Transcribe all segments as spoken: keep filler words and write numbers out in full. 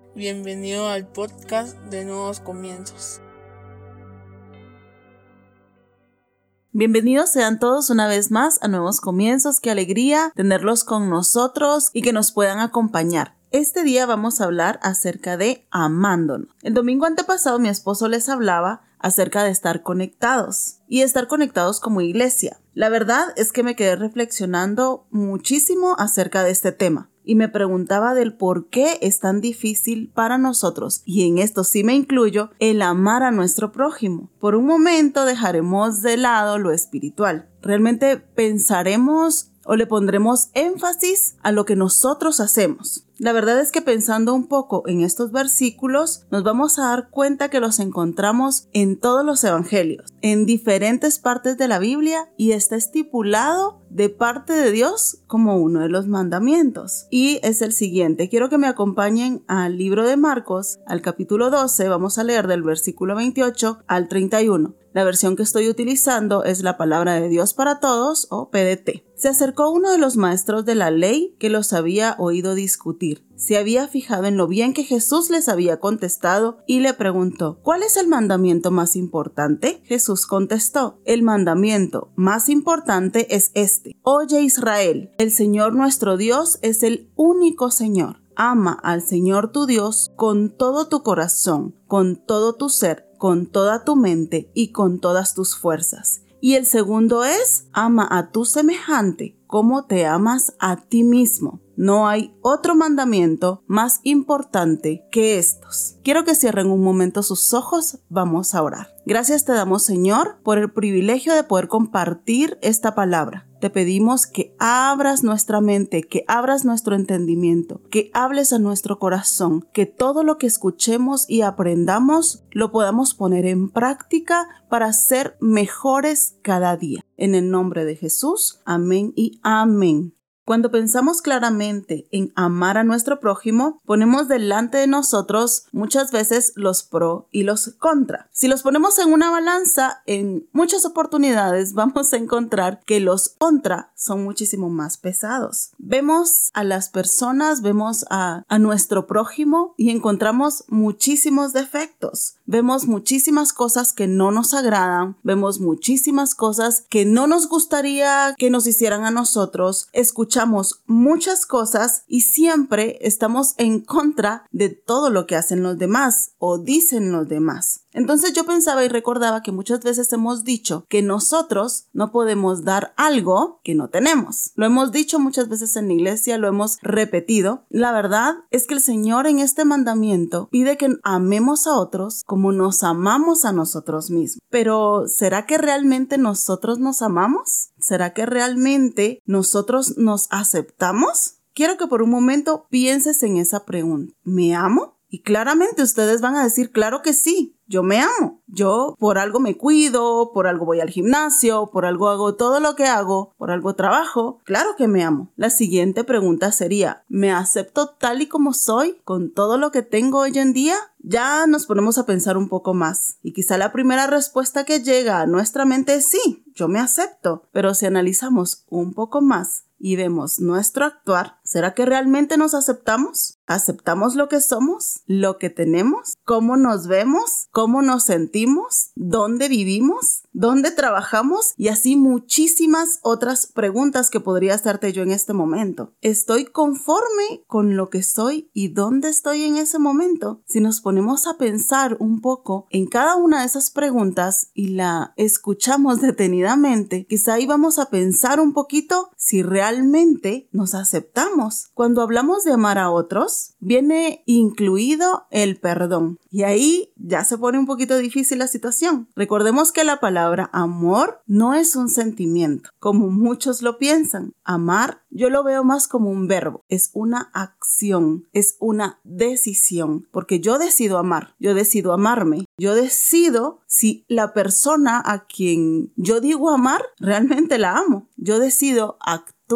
Bienvenido al podcast de Nuevos Comienzos. Bienvenidos sean todos una vez más a Nuevos Comienzos. Qué alegría tenerlos con nosotros y que nos puedan acompañar. Este día vamos a hablar acerca de amándonos. El domingo antepasado mi esposo les hablaba acerca de estar conectados y estar conectados como iglesia. La verdad es que me quedé reflexionando muchísimo acerca de este tema y me preguntaba del por qué es tan difícil para nosotros, y en esto sí me incluyo, el amar a nuestro prójimo. Por un momento dejaremos de lado lo espiritual. Realmente pensaremos o le pondremos énfasis a lo que nosotros hacemos. La verdad es que pensando un poco en estos versículos, nos vamos a dar cuenta que los encontramos en todos los evangelios, en diferentes partes de la Biblia, y está estipulado de parte de Dios como uno de los mandamientos. Y es el siguiente. Quiero que me acompañen al libro de Marcos, al capítulo doce. Vamos a leer del versículo veintiocho al treinta y uno. La versión que estoy utilizando es la Palabra de Dios para Todos, o P D T. Se acercó uno de los maestros de la ley que los había oído discutir. Se había fijado en lo bien que Jesús les había contestado y le preguntó: ¿cuál es el mandamiento más importante? Jesús contestó: el mandamiento más importante es este: Oye, Israel, el Señor nuestro Dios es el único Señor. Ama al Señor tu Dios con todo tu corazón, con todo tu ser, con toda tu mente y con todas tus fuerzas. Y el segundo es: ama a tu semejante como te amas a ti mismo. No hay otro mandamiento más importante que estos. Quiero que cierren un momento sus ojos. Vamos a orar. Gracias te damos, Señor, por el privilegio de poder compartir esta palabra. Te pedimos que abras nuestra mente, que abras nuestro entendimiento, que hables a nuestro corazón, que todo lo que escuchemos y aprendamos lo podamos poner en práctica para ser mejores cada día. En el nombre de Jesús, amén y amén. Cuando pensamos claramente en amar a nuestro prójimo, ponemos delante de nosotros muchas veces los pro y los contra. Si los ponemos en una balanza, en muchas oportunidades vamos a encontrar que los contra son muchísimo más pesados. Vemos a las personas, vemos a, a nuestro prójimo y encontramos muchísimos defectos. Vemos muchísimas cosas que no nos agradan, vemos muchísimas cosas que no nos gustaría que nos hicieran a nosotros, escuchamos muchas cosas y siempre estamos en contra de todo lo que hacen los demás o dicen los demás. Entonces yo pensaba y recordaba que muchas veces hemos dicho que nosotros no podemos dar algo que no tenemos. Lo hemos dicho muchas veces en la iglesia, lo hemos repetido. La verdad es que el Señor en este mandamiento pide que amemos a otros como nos amamos a nosotros mismos. Pero ¿será que realmente nosotros nos amamos? ¿Será que realmente nosotros nos aceptamos? Quiero que por un momento pienses en esa pregunta. ¿Me amo? Y claramente ustedes van a decir: claro que sí. Yo me amo. Yo por algo me cuido, por algo voy al gimnasio, por algo hago todo lo que hago, por algo trabajo. Claro que me amo. La siguiente pregunta sería: ¿me acepto tal y como soy con todo lo que tengo hoy en día? Ya nos ponemos a pensar un poco más y quizá la primera respuesta que llega a nuestra mente es sí, yo me acepto. Pero si analizamos un poco más y vemos nuestro actuar, ¿será que realmente nos aceptamos? ¿Aceptamos lo que somos? ¿Lo que tenemos? ¿Cómo nos vemos? ¿Cómo nos sentimos? ¿Dónde vivimos? ¿Dónde trabajamos? Y así muchísimas otras preguntas que podría hacerte yo en este momento. ¿Estoy conforme con lo que soy y dónde estoy en ese momento? Si nos ponemos a pensar un poco en cada una de esas preguntas y la escuchamos detenidamente, quizá ahí vamos a pensar un poquito si realmente nos aceptamos. Cuando hablamos de amar a otros, viene incluido el perdón. Y ahí ya se pone un poquito difícil la situación. Recordemos que la palabra amor no es un sentimiento, como muchos lo piensan. Amar, yo lo veo más como un verbo. Es una acción, es una decisión. Porque yo decido amar, yo decido amarme. Yo decido si la persona a quien yo digo amar, realmente la amo. Yo decido actuar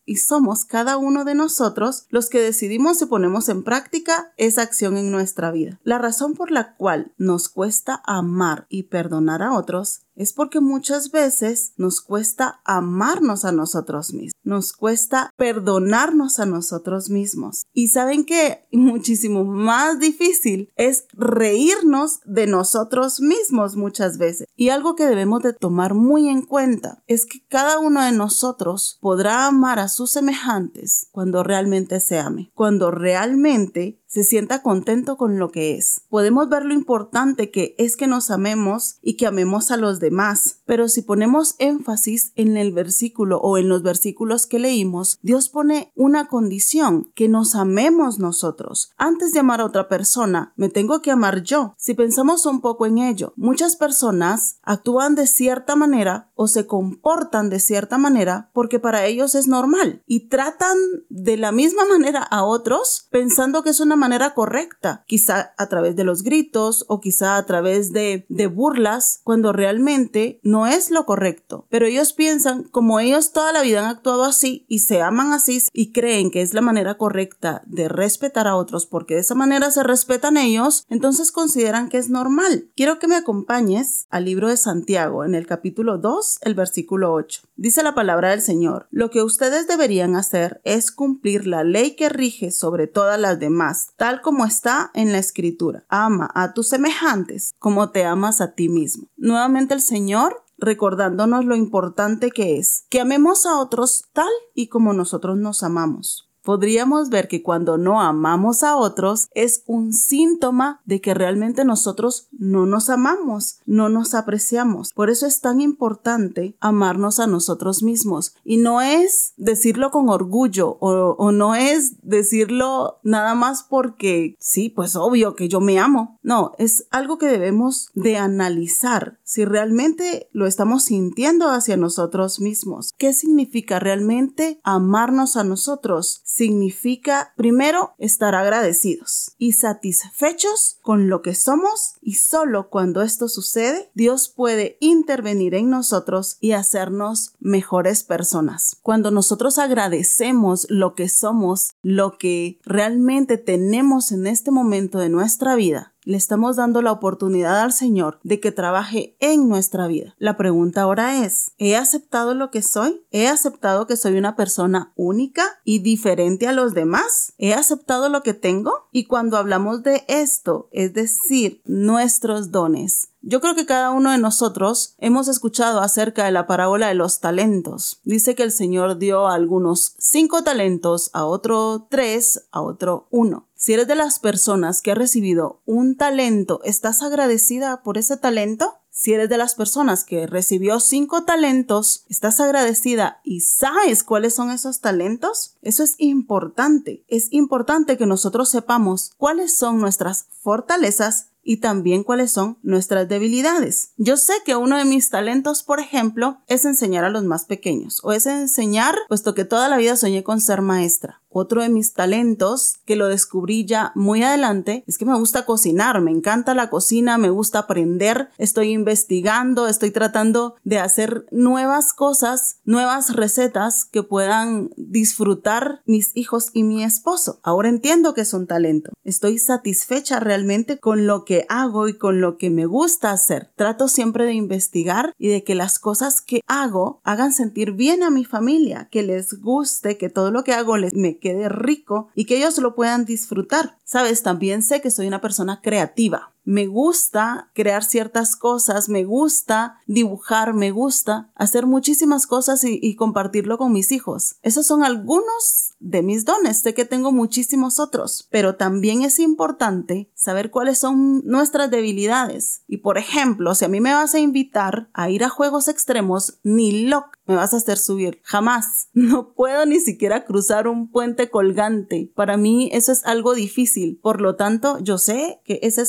y somos cada uno de nosotros los que decidimos si ponemos en práctica esa acción en nuestra vida. La razón por la cual nos cuesta amar y perdonar a otros es porque muchas veces nos cuesta amarnos a nosotros mismos, nos cuesta perdonarnos a nosotros mismos. Y saben que muchísimo más difícil es reírnos de nosotros mismos muchas veces. Y algo que debemos de tomar muy en cuenta es que cada uno de nosotros podrá amar a sus semejantes cuando realmente se ame, cuando realmente se sienta contento con lo que es. Podemos ver lo importante que es que nos amemos y que amemos a los demás, pero si ponemos énfasis en el versículo o en los versículos que leímos, Dios pone una condición, que nos amemos nosotros. Antes de amar a otra persona, me tengo que amar yo. Si pensamos un poco en ello, muchas personas actúan de cierta manera o se comportan de cierta manera porque para ellos es normal y tratan de la misma manera a otros pensando que es una manera correcta, quizá a través de los gritos o quizá a través de, de burlas, cuando realmente no es lo correcto. Pero ellos piensan, como ellos toda la vida han actuado así y se aman así y creen que es la manera correcta de respetar a otros porque de esa manera se respetan ellos, entonces consideran que es normal. Quiero que me acompañes al libro de Santiago en el capítulo dos, el versículo ocho. Dice la palabra del Señor: lo que ustedes deberían hacer es cumplir la ley que rige sobre todas las demás, tal como está en la Escritura. Ama a tus semejantes como te amas a ti mismo. Nuevamente el Señor recordándonos lo importante que es que amemos a otros tal y como nosotros nos amamos. Podríamos ver que cuando no amamos a otros es un síntoma de que realmente nosotros no nos amamos, no nos apreciamos. Por eso es tan importante amarnos a nosotros mismos. Y no es decirlo con orgullo o, o no es decirlo nada más porque sí, pues obvio que yo me amo. No, es algo que debemos de analizar si realmente lo estamos sintiendo hacia nosotros mismos. ¿Qué significa realmente amarnos a nosotros? Significa, primero, estar agradecidos y satisfechos con lo que somos, y solo cuando esto sucede, Dios puede intervenir en nosotros y hacernos mejores personas. Cuando nosotros agradecemos lo que somos, lo que realmente tenemos en este momento de nuestra vida, le estamos dando la oportunidad al Señor de que trabaje en nuestra vida. La pregunta ahora es, ¿he aceptado lo que soy? ¿He aceptado que soy una persona única y diferente a los demás? ¿He aceptado lo que tengo? Y cuando hablamos de esto, es decir, nuestros dones, yo creo que cada uno de nosotros hemos escuchado acerca de la parábola de los talentos. Dice que el Señor dio a algunos cinco talentos, a otro tres, a otro uno. Si eres de las personas que ha recibido un talento, ¿estás agradecida por ese talento? Si eres de las personas que recibió cinco talentos, ¿estás agradecida y sabes cuáles son esos talentos? Eso es importante. Es importante que nosotros sepamos cuáles son nuestras fortalezas y también cuáles son nuestras debilidades. Yo sé que uno de mis talentos, por ejemplo, es enseñar a los más pequeños, o es enseñar, puesto que toda la vida soñé con ser maestra. Otro de mis talentos, que lo descubrí ya muy adelante, es que me gusta cocinar, me encanta la cocina, me gusta aprender, estoy investigando, estoy tratando de hacer nuevas cosas, nuevas recetas que puedan disfrutar mis hijos y mi esposo. Ahora entiendo que es un talento. Estoy satisfecha realmente con lo que hago y con lo que me gusta hacer. Trato siempre de investigar y de que las cosas que hago hagan sentir bien a mi familia, que les guste, que todo lo que hago les me quede rico y que ellos lo puedan disfrutar. Sabes, también sé que soy una persona creativa. Me gusta crear ciertas cosas, me gusta dibujar, me gusta hacer muchísimas cosas y, y compartirlo con mis hijos. Esos son algunos de mis dones. Sé que tengo muchísimos otros, pero también es importante saber cuáles son nuestras debilidades. Y por ejemplo, si a mí me vas a invitar a ir a juegos extremos, ni loca me vas a hacer subir. Jamás. No puedo ni siquiera cruzar un puente colgante. Para mí eso es algo difícil. Por lo tanto, yo sé que esa es una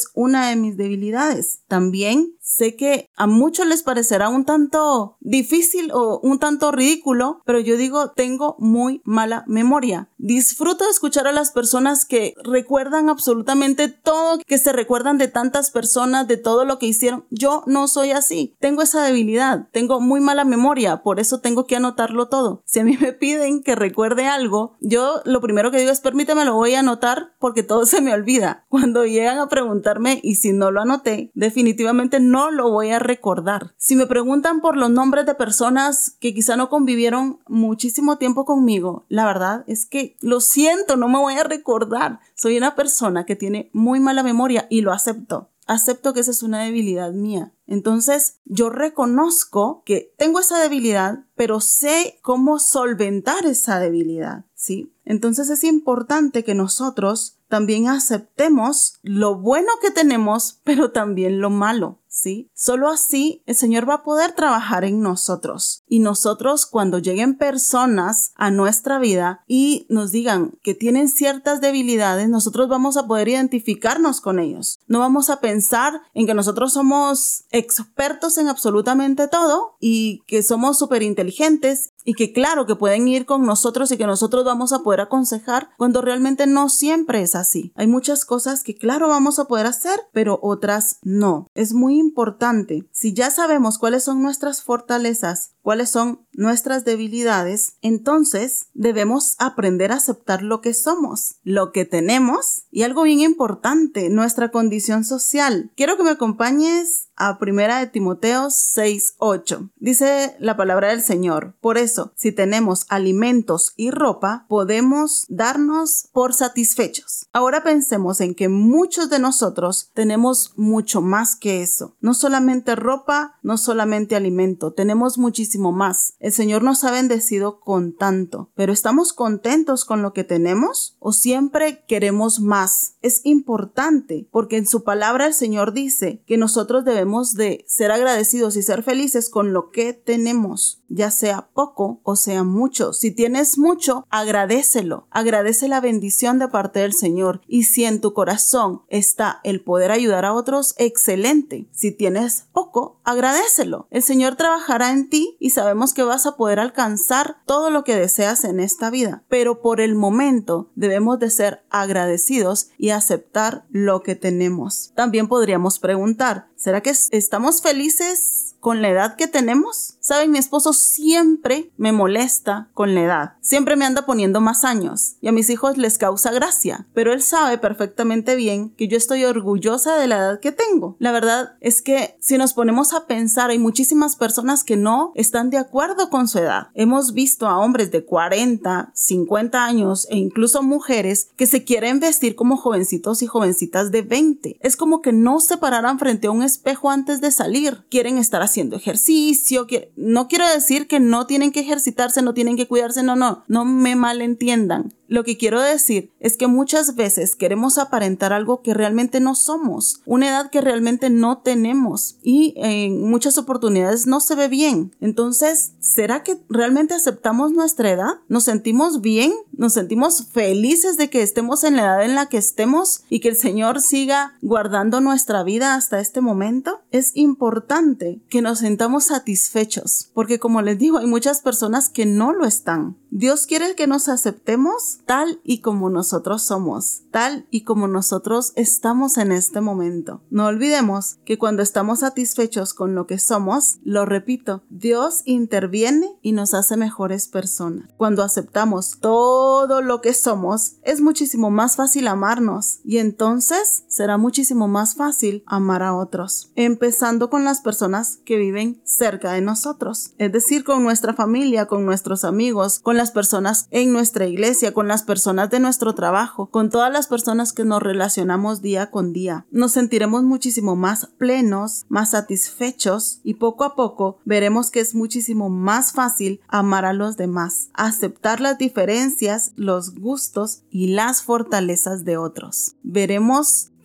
una de mis debilidades. También sé que a muchos les parecerá un tanto difícil o un tanto ridículo, pero yo digo, tengo muy mala memoria. Disfruto de escuchar a las personas que recuerdan absolutamente todo, que se recuerdan de tantas personas, de todo lo que hicieron. Yo no soy así. Tengo esa debilidad. Tengo muy mala memoria, por eso tengo que anotarlo todo. Si a mí me piden que recuerde algo, yo lo primero que digo es, permíteme, lo voy a anotar porque todo se me olvida. Cuando llegan a preguntarme y si no lo anoté, definitivamente no No lo voy a recordar. Si me preguntan por los nombres de personas que quizá no convivieron muchísimo tiempo conmigo, la verdad es que lo siento, no me voy a recordar. Soy una persona que tiene muy mala memoria y lo acepto. Acepto que esa es una debilidad mía. Entonces, yo reconozco que tengo esa debilidad, pero sé cómo solventar esa debilidad, ¿sí? Entonces, es importante que nosotros también aceptemos lo bueno que tenemos, pero también lo malo, ¿sí? Solo así el Señor va a poder trabajar en nosotros. Y nosotros, cuando lleguen personas a nuestra vida y nos digan que tienen ciertas debilidades, nosotros vamos a poder identificarnos con ellos. No vamos a pensar en que nosotros somos expertos en absolutamente todo y que somos súper inteligentes y que claro que pueden ir con nosotros y que nosotros vamos a poder aconsejar, cuando realmente no siempre es así. Hay muchas cosas que claro vamos a poder hacer, pero otras no. Es muy importante. Si ya sabemos cuáles son nuestras fortalezas, cuáles son nuestras debilidades, entonces debemos aprender a aceptar lo que somos, lo que tenemos y algo bien importante, nuestra condición social. Quiero que me acompañes a Primera de Timoteo seis ocho. Dice la palabra del Señor: por eso, si tenemos alimentos y ropa, podemos darnos por satisfechos. Ahora pensemos en que muchos de nosotros tenemos mucho más que eso. No solamente ropa, no solamente alimento, tenemos muchísimo más. El Señor nos ha bendecido con tanto, pero ¿estamos contentos con lo que tenemos o siempre queremos más? Es importante porque en su palabra el Señor dice que nosotros debemos de ser agradecidos y ser felices con lo que tenemos, ya sea poco o sea mucho. Si tienes mucho, agradécelo, agradece la bendición de parte del Señor, y si en tu corazón está el poder ayudar a otros, excelente. Si tienes poco, agradécelo. El Señor trabajará en ti y sabemos que vas a poder alcanzar todo lo que deseas en esta vida, pero por el momento debemos de ser agradecidos y aceptar lo que tenemos. También podríamos preguntar, ¿será que estamos felices con la edad que tenemos? Saben, mi esposo siempre me molesta con la edad. Siempre me anda poniendo más años y a mis hijos les causa gracia, pero él sabe perfectamente bien que yo estoy orgullosa de la edad que tengo. La verdad es que si nos ponemos a pensar, hay muchísimas personas que no están de acuerdo con su edad. Hemos visto a hombres de cuarenta, cincuenta años e incluso mujeres que se quieren vestir como jovencitos y jovencitas de veinte. Es como que no se pararan frente a un espejo antes de salir. Quieren estar haciendo ejercicio. Que... No quiero decir que no tienen que ejercitarse, no tienen que cuidarse, no, no, no me malentiendan. Lo que quiero decir es que muchas veces queremos aparentar algo que realmente no somos, una edad que realmente no tenemos y en muchas oportunidades no se ve bien. Entonces, ¿será que realmente aceptamos nuestra edad? ¿Nos sentimos bien? ¿Nos sentimos felices de que estemos en la edad en la que estemos y que el Señor siga guardando nuestra vida hasta este momento? Es importante que nos sintamos satisfechos, porque como les digo, hay muchas personas que no lo están. Dios quiere que nos aceptemos tal y como nosotros somos, tal y como nosotros estamos en este momento. No olvidemos que cuando estamos satisfechos con lo que somos, lo repito, Dios interviene y nos hace mejores personas. Cuando aceptamos todo lo que somos, es muchísimo más fácil amarnos y entonces será muchísimo más fácil amar a otros, empezando con las personas que viven cerca de nosotros, es decir, con nuestra familia, con nuestros amigos, con las personas en nuestra iglesia, con las personas de nuestro trabajo, con todas las personas que nos relacionamos día con día. Nos sentiremos muchísimo más plenos, más satisfechos y poco a poco veremos que es muchísimo más fácil amar a los demás, aceptar las diferencias, los gustos y las fortalezas de otros. Veremos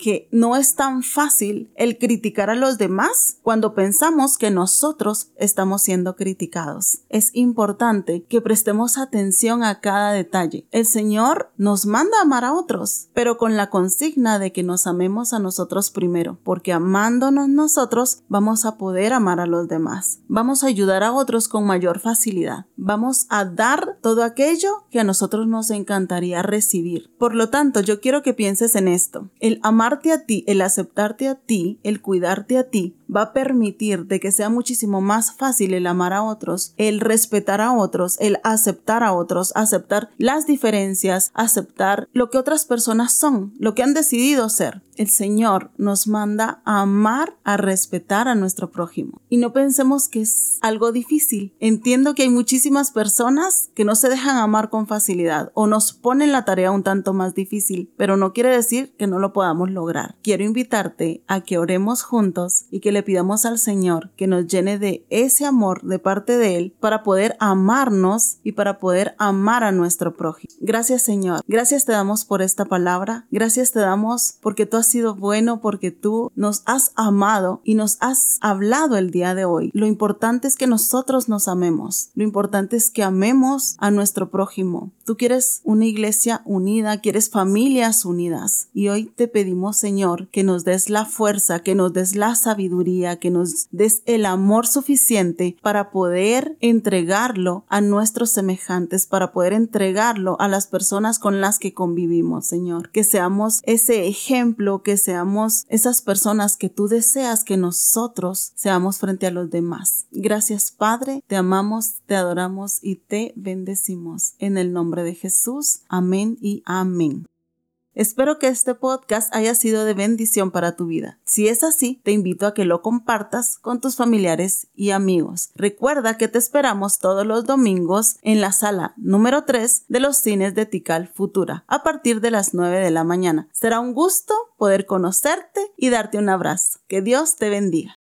que no es tan fácil el criticar a los demás cuando pensamos que nosotros estamos siendo criticados. Es importante que prestemos atención a cada detalle. El Señor nos manda a amar a otros, pero con la consigna de que nos amemos a nosotros primero, porque amándonos nosotros vamos a poder amar a los demás. Vamos a ayudar a otros con mayor facilidad. Vamos a dar todo aquello que a nosotros nos encantaría recibir. Por lo tanto, yo quiero que pienses en esto. El amarte a ti, el aceptarte a ti, el cuidarte a ti, va a permitir de que sea muchísimo más fácil el amar a otros, el respetar a otros, el aceptar a otros, aceptar las diferencias, aceptar lo que otras personas son, lo que han decidido ser. El Señor nos manda a amar, a respetar a nuestro prójimo. Y no pensemos que es algo difícil. Entiendo que hay muchísimas personas que no se dejan amar con facilidad o nos ponen la tarea un tanto más difícil, pero no quiere decir que no lo podamos lograr. Quiero invitarte a que oremos juntos y que le pidamos al Señor que nos llene de ese amor de parte de Él para poder amarnos y para poder amar a nuestro prójimo. Gracias, Señor. Gracias te damos por esta palabra. Gracias te damos porque tú has sido bueno, porque tú nos has amado y nos has hablado el día de hoy. Lo importante es que nosotros nos amemos. Lo importante es que amemos a nuestro prójimo. Tú quieres una iglesia unida, quieres familias unidas. Y hoy te pedimos, Señor, que nos des la fuerza, que nos des la sabiduría, que nos des el amor suficiente para poder entregarlo a nuestros semejantes, para poder entregarlo a las personas con las que convivimos, Señor. Que seamos ese ejemplo, que seamos esas personas que tú deseas que nosotros seamos frente a los demás. Gracias, Padre, te amamos, te adoramos y te bendecimos. En el nombre de Jesús, amén y amén. Espero que este podcast haya sido de bendición para tu vida. Si es así, te invito a que lo compartas con tus familiares y amigos. Recuerda que te esperamos todos los domingos en la sala número tres de los cines de Tikal Futura a partir de las nueve de la mañana. Será un gusto poder conocerte y darte un abrazo. Que Dios te bendiga.